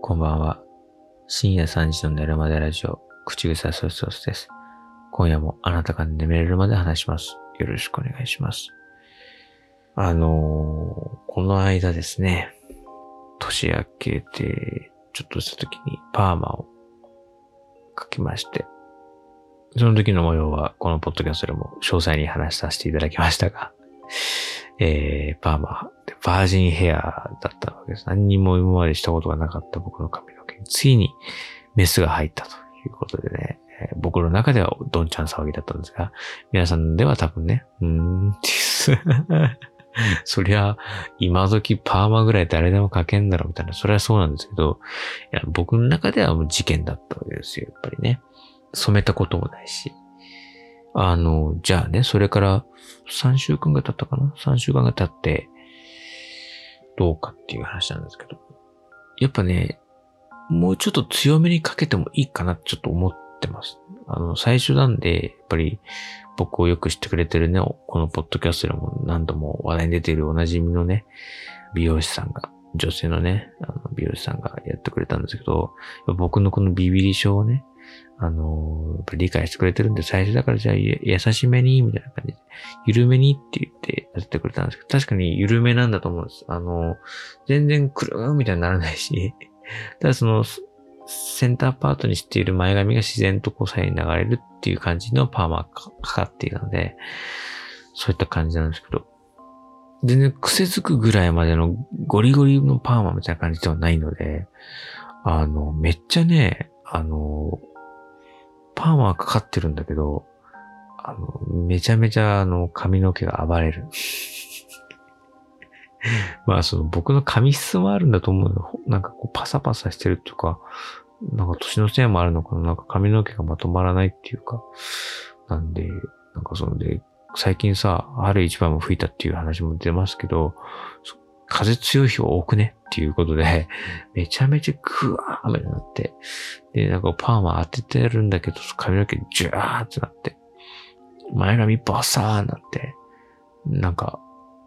こんばんは。深夜3時の寝るまでラジオ、口草ソースです。今夜もあなたが眠れるまで話します。よろしくお願いします。この間ですね、年明けて、ちょっとした時にパーマをかけまして、その時の模様はこのポッドキャストでも詳細に話させていただきましたが、パーマでバージンヘアだったわけです。何にも今までしたことがなかった僕の髪の毛についにメスが入ったということでね、僕の中ではどんちゃん騒ぎだったんですが、皆さんでは多分ね、そりゃ今時パーマぐらい誰でもかけんだろうみたいな、それはそうなんですけど、いや僕の中ではもう事件だったわけですよ、やっぱりね。染めたこともないし。じゃあね、それから3週間が経ったかな ?3 週間が経って、どうかっていう話なんですけど。やっぱね、もうちょっと強めにかけてもいいかなってちょっと思ってます。最初なんで、やっぱり僕をよく知ってくれてるね、このポッドキャストでも何度も話題に出ているおなじみのね、美容師さんが、女性のね、美容師さんがやってくれたんですけど、僕のこのビビり症をね、やっぱり理解してくれてるんで、最初だからじゃあ優しめに、みたいな感じで、緩めにって言ってやってくれたんですけど、確かに緩めなんだと思うんです。全然くるーみたいにならないし、ただその、センターパートにしている前髪が自然とこう左右に流れるっていう感じのパーマがかかっているので、そういった感じなんですけど、全然癖づくぐらいまでのゴリゴリのパーマみたいな感じではないので、めっちゃね、パーマはかかってるんだけど、めちゃめちゃ髪の毛が暴れる。まあ僕の髪質もあるんだと思うの。なんかこうパサパサしてるとか、なんか年のせいもあるのかな。なんか髪の毛がまとまらないっていうか。なんで、なんか最近さ、春一番も吹いたっていう話も出ますけど、風強い日は多くねっていうことで、めちゃめちゃグワーみたいになって、で、なんかパーマ当ててるんだけど、髪の毛ジュワーってなって、前髪バサーになって、なんか、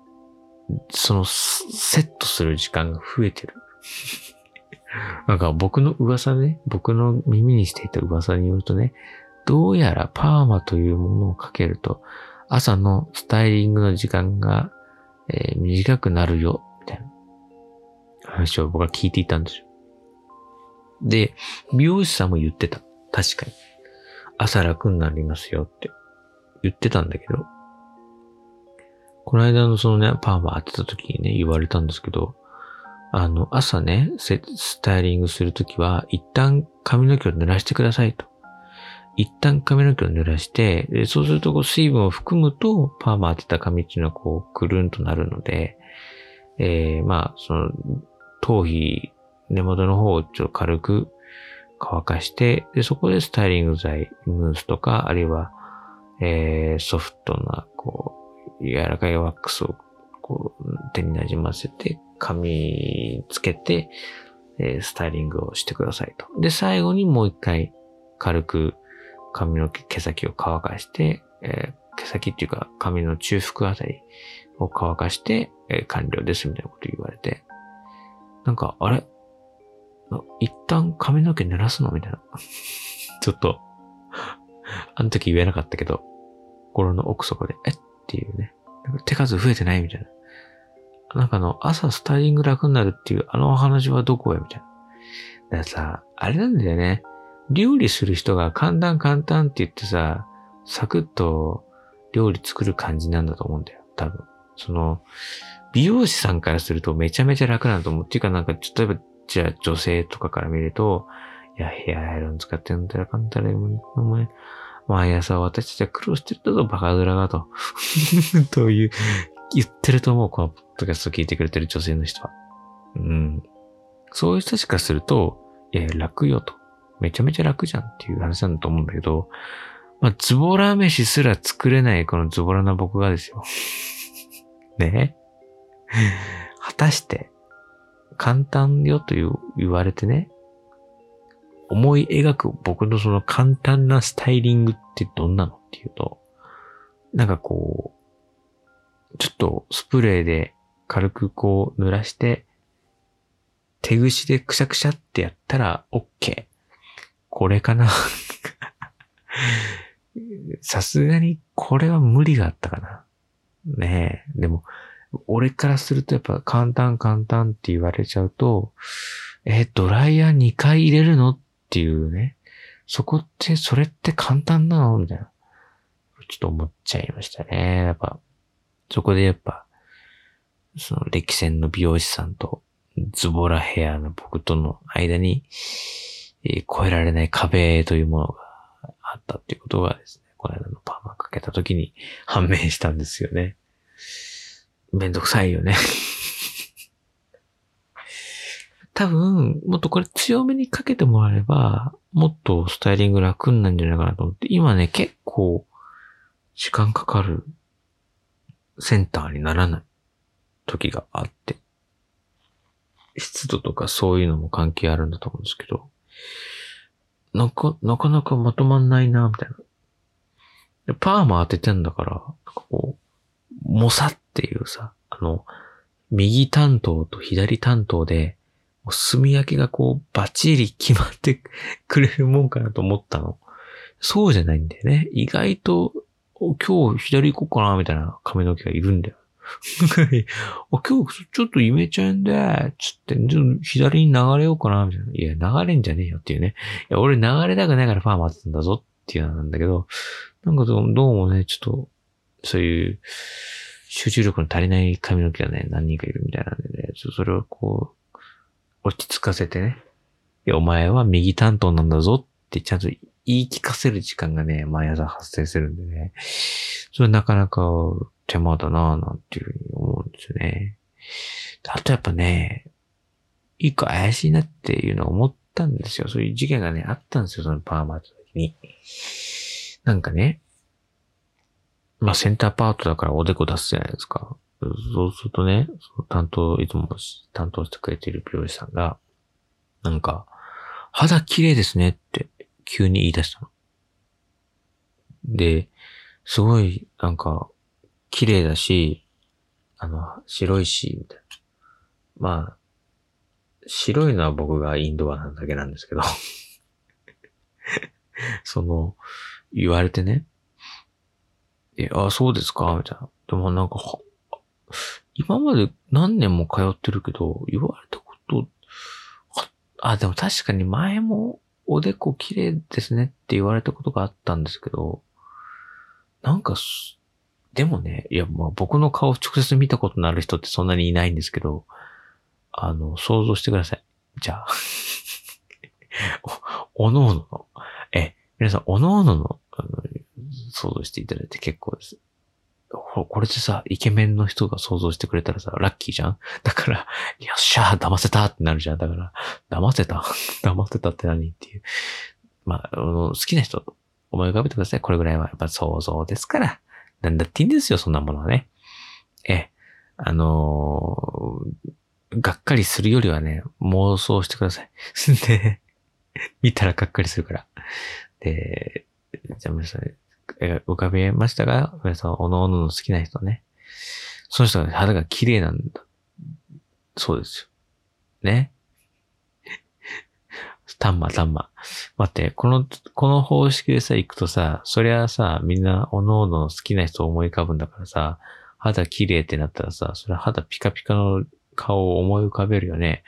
セットする時間が増えてる。なんか僕の耳にしていた噂によるとね、どうやらパーマというものをかけると、朝のスタイリングの時間が、短くなるよ、みたいな話を僕は聞いていたんですよ。で、美容師さんも言ってた。確かに。朝楽になりますよって言ってたんだけど、この間のパーマ当てた時にね、言われたんですけど、朝ね、スタイリングするときは、一旦髪の毛を濡らしてくださいと。一旦髪の毛を濡らして、でそうすると水分を含むと、パーマ当てた髪っていうのはくるんとなるので、まあ、頭皮、根元の方をちょっと軽く乾かして、で、そこでスタイリング剤、ムースとか、あるいは、ソフトな、柔らかいワックスを、手に馴染ませて、髪つけて、スタイリングをしてくださいと。で、最後にもう一回、軽く髪の毛先を乾かして、毛先っていうか、髪の中腹あたりを乾かして、完了ですみたいなこと言われて、なんか、あれ一旦髪の毛濡らすのみたいな。ちょっと、あの時言えなかったけど、心の奥底で、っていうね。なんか手数増えてないみたいな。なんか朝スタイリング楽になるっていうお話はどこやみたいな。だからさ、あれなんだよね。料理する人が簡単って言ってさ、サクッと料理作る感じなんだと思うんだよ。多分。美容師さんからするとめちゃめちゃ楽なんだと思う。っていうかなんか、例えば、じゃあ女性とかから見ると、いや、ヘアアイロン使ってんだらかんだら、お前、毎朝私たちは苦労してるんだぞ、バカ面がと。という、言ってると思う、このポッドキャスト聞いてくれてる女性の人は。うん。そういう人たちからすると、楽よと。めちゃめちゃ楽じゃんっていう話なんだと思うんだけど、まあ、ズボラ飯すら作れないこのズボラな僕がですよ。ね。果たして、簡単よと言われてね、思い描く僕の簡単なスタイリングってどんなのっていうと、なんかちょっとスプレーで軽く濡らして、 手ぐしでくしゃくしゃってやったら OK。これかな。さすがにこれは無理があったかな。ねえ。でも、俺からするとやっぱ簡単って言われちゃうと、ドライヤー2回入れるのっていうね。それって簡単なのみたいな。ちょっと思っちゃいましたね。やっぱ、そこでやっぱ、その歴戦の美容師さんとズボラヘアの僕との間に、越えられない壁というものがあったっていうことがですね、この間のパーマかけた時に判明したんですよね。めんどくさいよね。多分、もっとこれ強めにかけてもらえば、もっとスタイリング楽になるんじゃないかなと思って、今ね、結構時間かかるセンターにならない時があって、湿度とかそういうのも関係あるんだと思うんですけど、なかなかまとまんないな、みたいな。でパーマ当ててんだから、なんかこう、もさっていうさ、右担当と左担当で、墨焼きがこう、バチリ決まってくれるもんかなと思ったの。そうじゃないんだよね。意外と、今日左行こうかな、みたいな髪の毛がいるんだよ。今日ちょっとイメチェンで、つって、ちょっと左に流れようかな、みたいな。いや、流れんじゃねえよっていうね。いや、俺流れたくないからパーマ当てたんだぞっていうのなんだけど、なんかどうもね、ちょっと、そういう、集中力の足りない髪の毛がね、何人かいるみたいなんでね、それをこう、落ち着かせてね。いや、お前は右担当なんだぞってちゃんと言い聞かせる時間がね、毎朝発生するんでね。それなかなか手間だなぁなんていうふうに思うんですよね。あとやっぱね、一個怪しいなっていうのを思ったんですよ。そういう事件がね、あったんですよ、そのパーマの時に。なんかね、まあセンターパートだからおでこ出すじゃないですか。そうするとね、いつも担当してくれている美容師さんが、なんか、肌綺麗ですねって急に言い出したの。で、すごい、なんか、綺麗だし、白いし、みたいな。まあ、白いのは僕がインドアなだけなんですけど言われてね、そうですかみたいな。でもなんか、今まで何年も通ってるけど、言われたこと、でも確かに前もおでこ綺麗ですねって言われたことがあったんですけど、なんか、でもね、いや、まあ僕の顔直接見たことのある人ってそんなにいないんですけど、想像してください。じゃあ、おのおのの、皆さん、おのおのの、想像していただいて結構です。これでさ、イケメンの人が想像してくれたらさ、ラッキーじゃん。だから、よっしゃー、騙せたってなるじゃん。だから、騙せたって何っていう。まあ、好きな人、思い浮かべてください。これぐらいはやっぱ想像ですから。なんだっていいんですよ、そんなものはね。がっかりするよりはね、妄想してください。で、見たらがっかりするから。で、じゃあ皆さん、浮かべましたが、皆さん、おのおのの好きな人ね。その人が肌が綺麗なんだ。そうですよ。ね。たんま。待って、この方式でさ、行くとさ、そりゃさ、みんな、おのおの好きな人を思い浮かぶんだからさ、肌綺麗ってなったらさ、それは肌ピカピカの顔を思い浮かべるよね。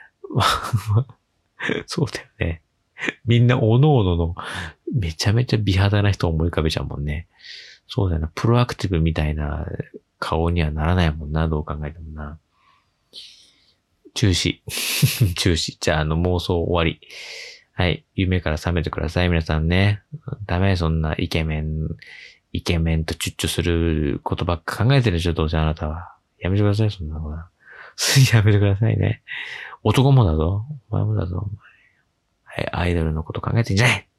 そうだよね。みんな、おのおのの、めちゃめちゃ美肌な人を思い浮かべちゃうもんね。そうだよな。プロアクティブみたいな顔にはならないもんな。どう考えてもな。中止。中止。じゃあ、妄想終わり。はい。夢から覚めてください。皆さんね。ダメ。そんなイケメンとチュッチュすることばっか考えてるでしょ。どうせあなたは。やめてください。そんなのは。やめてくださいね。男もだぞ。お前もだぞ。はい。アイドルのこと考えてんじゃない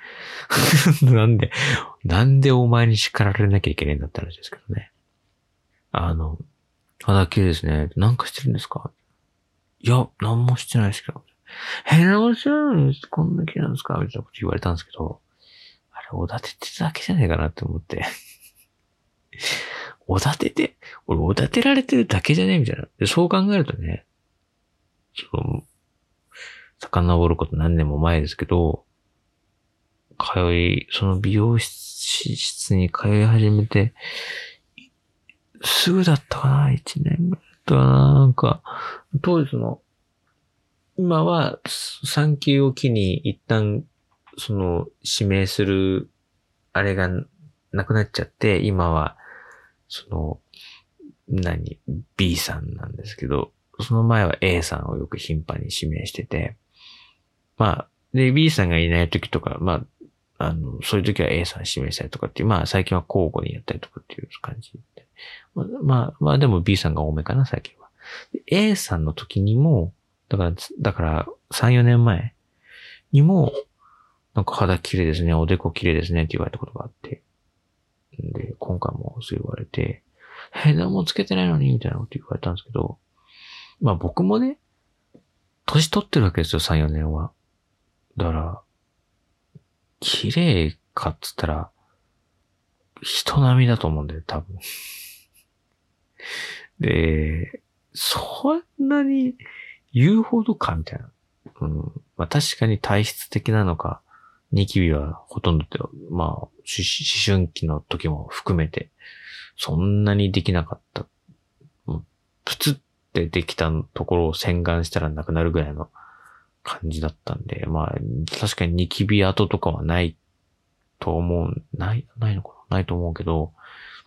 なんでお前に叱られなきゃいけないんだったらですけどね。肌綺麗ですね。なんかしてるんですか？いや、なんもしてないですけど。なんもしてないのにこんな綺麗なんですかみたいなこと言われたんですけど、あれ、おだててただけじゃねえかなって思って。俺、おだてられてるだけじゃねえみたいな。で、そう考えるとね、 遡ること何年も前ですけど、その美容室に通い始めて、すぐだったかな ?1 年ぐらいだったかななんか、当時今は産休を機に一旦、指名する、あれがなくなっちゃって、今は、B さんなんですけど、その前は A さんをよく頻繁に指名してて、で、B さんがいない時とか、そういう時は A さん指名したりとかっていう、最近は交互にやったりとかっていう感じで。でも B さんが多めかな、最近は。で A さんの時にも、だから3、4年前にも、なんか肌綺麗ですね、おでこ綺麗ですねって言われたことがあって。で、今回もそう言われて、何もつけてないのにみたいなこと言われたんですけど、僕もね、年取ってるわけですよ、3、4年は。だから、綺麗かっつったら、人並みだと思うんだよ、多分。で、そんなに言うほどかみたいな。確かに体質的なのか、ニキビはほとんどで、思春期の時も含めて、そんなにできなかった。プツってできたところを洗顔したらなくなるぐらいの感じだったんで、確かにニキビ跡とかはないと思う、ないのかなないと思うけど、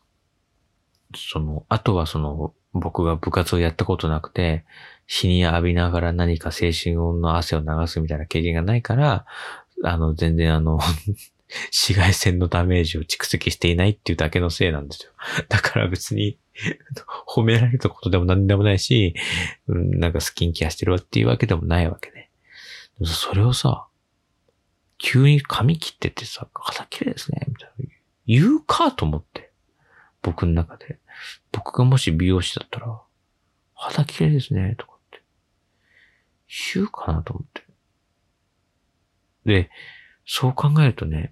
あとは僕が部活をやったことなくて、日に浴びながら何か青春の汗を流すみたいな経験がないから、全然紫外線のダメージを蓄積していないっていうだけのせいなんですよ。だから別に褒められたことでも何でもないし、なんかスキンケアしてるわっていうわけでもないわけね。それをさ、急に髪切っててさ、肌綺麗ですね、みたいな。言うかと思って。僕の中で。僕がもし美容師だったら、肌綺麗ですね、とかって。言うかなと思って。で、そう考えるとね、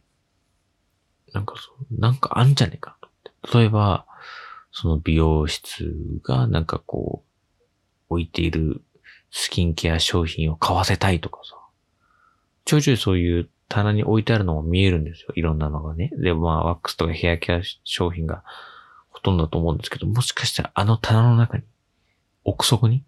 なんかあんじゃねえかと思って。例えば、その美容室が置いているスキンケア商品を買わせたいとかさ。ちょいちょいそういう棚に置いてあるのも見えるんですよ。いろんなのがね。で、ワックスとかヘアケア商品がほとんどだと思うんですけど、もしかしたらあの棚の中に、奥底に、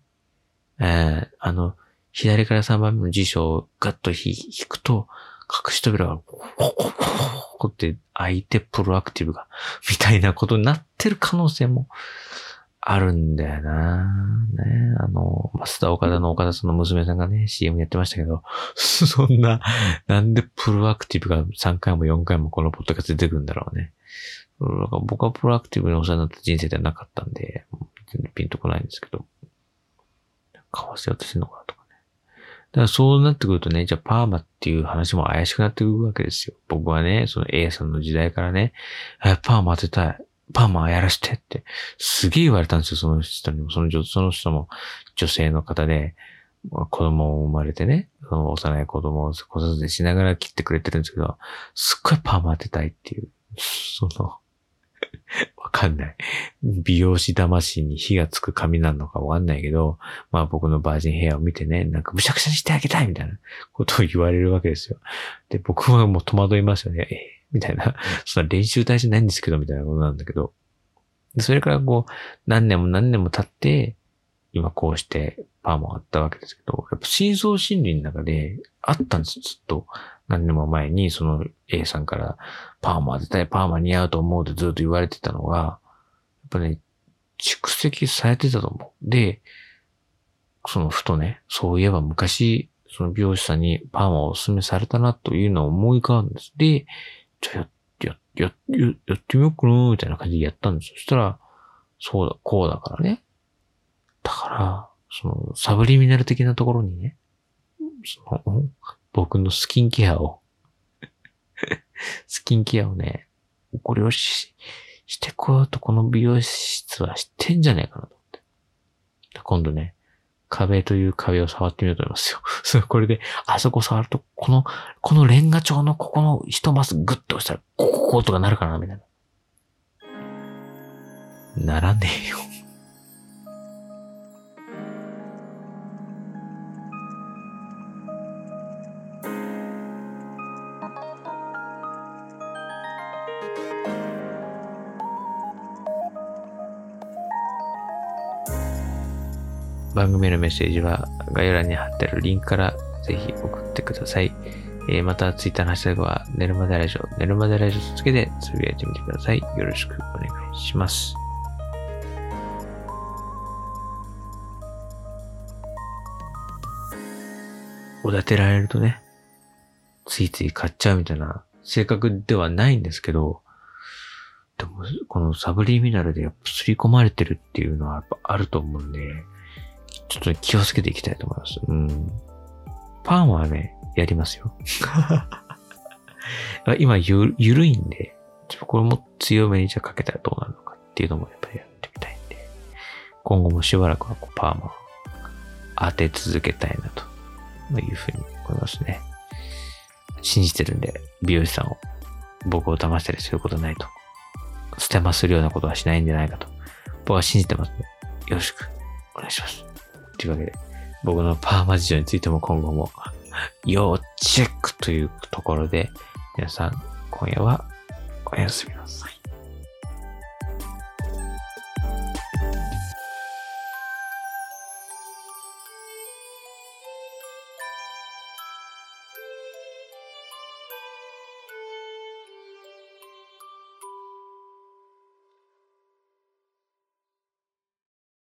左から3番目の辞書をガッと引くと、隠し扉が、こって開いてプロアクティブが、みたいなことになってる可能性もあるんだよなね。増田岡田の岡田さんの娘さんがね、CM やってましたけど、そんな、なんでプロアクティブが3回も4回もこのポッドキャスト出てくるんだろうね。僕はプロアクティブにお世話になった人生ではなかったんで、全然ピンとこないんですけど、買わせようとしてるのかなとかね。だからそうなってくるとね、じゃあパーマっていう話も怪しくなってくるわけですよ。僕はね、その A さんの時代からね、パーマ当てたい。パーマやらしてって、すげえ言われたんですよ、その人にも。その人も女性の方で、子供を生まれてね、その幼い子供を子育てしながら切ってくれてるんですけど、すっごいパーマ当てたいっていう、わかんない。美容師魂に火がつく髪なのかわかんないけど、僕のバージンヘアを見てね、なんかむしゃくしゃにしてあげたいみたいなことを言われるわけですよ。で、僕はもう戸惑いますよね。みたいな。そんな練習台じゃないんですけど、みたいなことなんだけど。それから何年も何年も経って、今こうしてパーマがあったわけですけど、やっぱ深層心理の中であったんですよ、ずっと。何年も前に、その A さんからパーマ絶対パーマ似合うと思うってずっと言われてたのが、やっぱね、蓄積されてたと思う。で、ふとね、そういえば昔、その美容師さんにパーマをお勧めされたなというのを思い浮かんです。で、じゃあやってみようかなみたいな感じでやったんですよ。そしたら、そうだ、こうだからね。だから、サブリミナル的なところにね、僕のスキンケアをね、これをしてこようとこの美容室は知ってんじゃねえかなと思って。今度ね、壁という壁を触ってみようと思いますよ。これで、あそこ触ると、このレンガ調のここの一マスグッと押したら、ことかなるかなみたいな。ならねえよ。 番組へのメッセージは概要欄に貼ってあるリンクからぜひ送ってください。またツイッターのハッシュタグは寝るまでラジオ、寝るまでラジオとつけてつぶやいてみてください。よろしくお願いします。おだてられるとね、ついつい買っちゃうみたいな性格ではないんですけど、でもこのサブリミナルでやっぱ刷り込まれてるっていうのはやっぱあると思うんで、ちょっと気をつけていきたいと思います。パーマはね、やりますよ。今ゆるいんで、これも強めにじゃかけたらどうなるのかっていうのもやっぱりやってみたいんで、今後もしばらくはパーマを当て続けたいなというふうに思いますね。信じてるんで、美容師さんを僕を騙したりすることないと。ステマするようなことはしないんじゃないかと。僕は信じてますので、よろしくお願いします。というわけで、僕のパーマ事情についても今後も要チェックというところで、皆さん今夜はおやすみなさい。